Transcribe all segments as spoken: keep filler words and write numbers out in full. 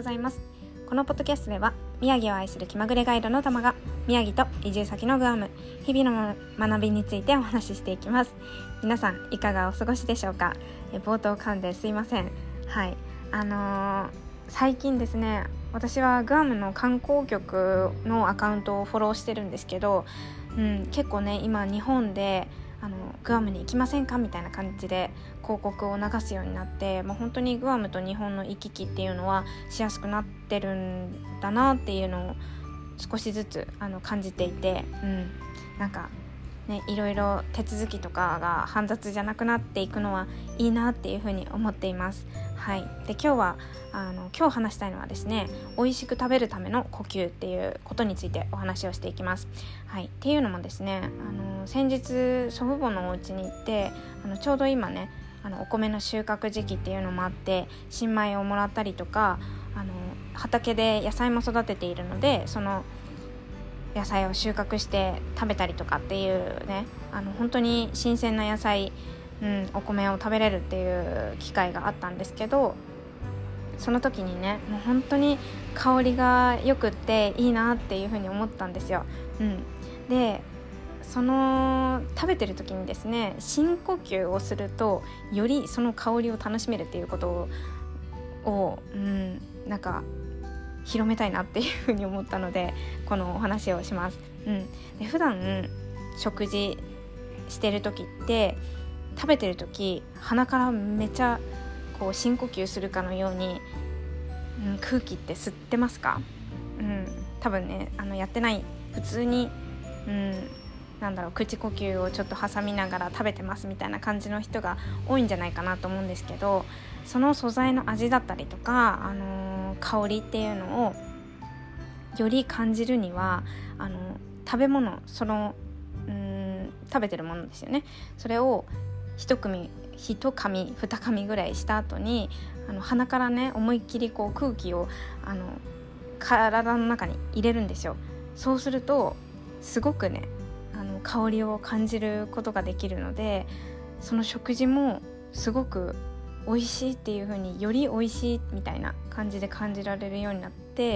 ざいます。このポッドキャストでは宮城を愛する気まぐれガイドの玉が宮城と移住先のグアム、日々の学びについてお話ししていきます。皆さんいかがお過ごしでしょうか。え冒頭噛んですいません。はいあのー、最近ですね、私はグアムの観光局のアカウントをフォローしてるんですけど、うん、結構ね今日本であのグアムに行きませんかみたいな感じで広告を流すようになって、もう本当にグアムと日本の行き来っていうのはしやすくなってるんだなっていうのを少しずつあの感じていて、うん、なんかねいろいろ手続きとかが煩雑じゃなくなっていくのはいいなっていうふうに思っています。はい、で今日はあの今日話したいのはですね、美味しく食べるための呼吸っていうことについてお話をしていきます。はい、っていうのもですね、あの先日祖父母のお家に行って、あのちょうど今ねあのお米の収穫時期っていうのもあって新米をもらったりとか、あの畑で野菜も育てているので、その野菜を収穫して食べたりとかっていうね、あの本当に新鮮な野菜、うん、お米を食べれるっていう機会があったんですけど、その時にねもう本当に香りがよくっていいなっていうふうに思ったんですよ。うん、でその食べてる時にですね、深呼吸をするとよりその香りを楽しめるっていうことを、うん、なんか広めたいなっていうふうに思ったのでこのお話をします。うん、で普段食事してる時って食べてる時鼻からめちゃこう深呼吸するかのように、うん、空気って吸ってますか？うん、多分ねあのやってない普通に、うん、なんだろう口呼吸をちょっと挟みながら食べてますみたいな感じの人が多いんじゃないかなと思うんですけど、その素材の味だったりとか、あのー、香りっていうのをより感じるにはあの食べ物そのうん食べてるものですよね。それを一組一噛み二噛みぐらいした後にあの鼻からね思いっきりこう空気をあの体の中に入れるんですよ。そうするとすごくねあの香りを感じることができるので、その食事もすごく美味しいっていう風により美味しいみたいな感じで感じられるようになって、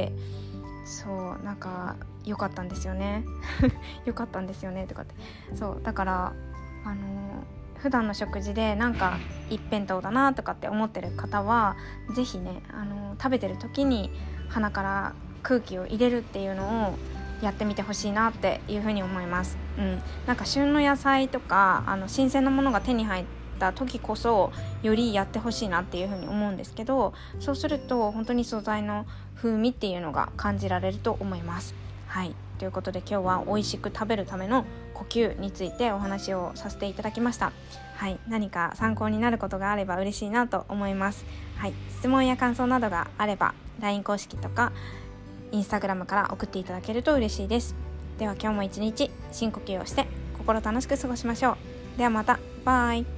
そうなんか良かったんですよね良かったんですよねとかって、そうだからあの普段の食事でなんか一辺倒だなとかって思ってる方はぜひねあの食べてる時に鼻から空気を入れるっていうのをやってみてほしいなっていうふうに思います。うん、なんか旬の野菜とかあの新鮮なものが手に入った時こそよりやってほしいなっていうふうに思うんですけど、そうすると本当に素材の風味っていうのが感じられると思います。はい、ということで今日は美味しく食べるための呼吸についてお話をさせていただきました。はい、何か参考になることがあれば嬉しいなと思います。はい、質問や感想などがあれば ライン 公式とかインスタグラムから送っていただけると嬉しいです。では今日も一日深呼吸をして心楽しく過ごしましょう。ではまた。バイ。